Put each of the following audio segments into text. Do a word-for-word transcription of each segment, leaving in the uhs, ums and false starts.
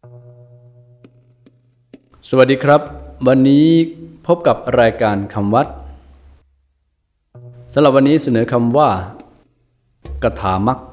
สวัสดีครับวันนี้พบกับรายการคำวัดสำหรับวันนี้เสนอคำว่ากถามัค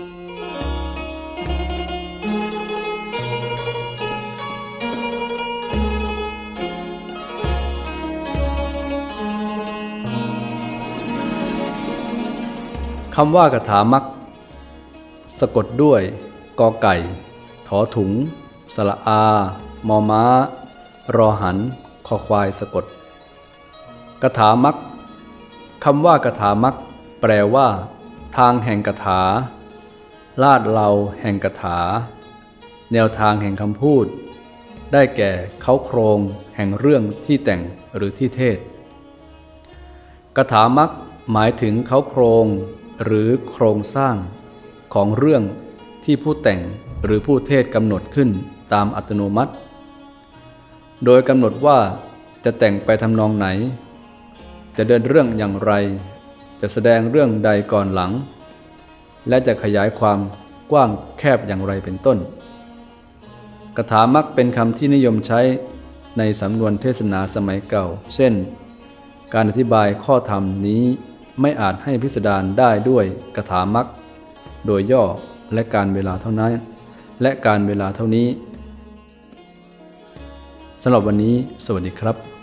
คำว่ากถามัคสะกดด้วยกอไก่ถอถุงสระอามอม้ารอหันคอควายสะกดกถามัคคำว่ากถามัคแปลว่าทางแห่งกถาลาดเลาแห่งกถาแนวทางแห่งคำพูดได้แก่เค้าโครงแห่งเรื่องที่แต่งหรือที่เทศกถามัคหมายถึงเค้าโครงหรือโครงสร้างของเรื่องที่ผู้แต่งหรือผู้เทศกำหนดขึ้นตามอัตโนมัติโดยกำหนดว่าจะแต่งไปทำนองไหนจะเดินเรื่องอย่างไรจะแสดงเรื่องใดก่อนหลังและจะขยายความกว้างแคบอย่างไรเป็นต้นกถามัคเป็นคำที่นิยมใช้ในสำนวนเทศนาสมัยเก่าเช่นการอธิบายข้อธรรมนี้ไม่อาจให้พิสดารได้ด้วยกถามัคโดยย่อและการเวลาเท่านั้นและการเวลาเท่านี้สำหรับวันนี้สวัสดีครับ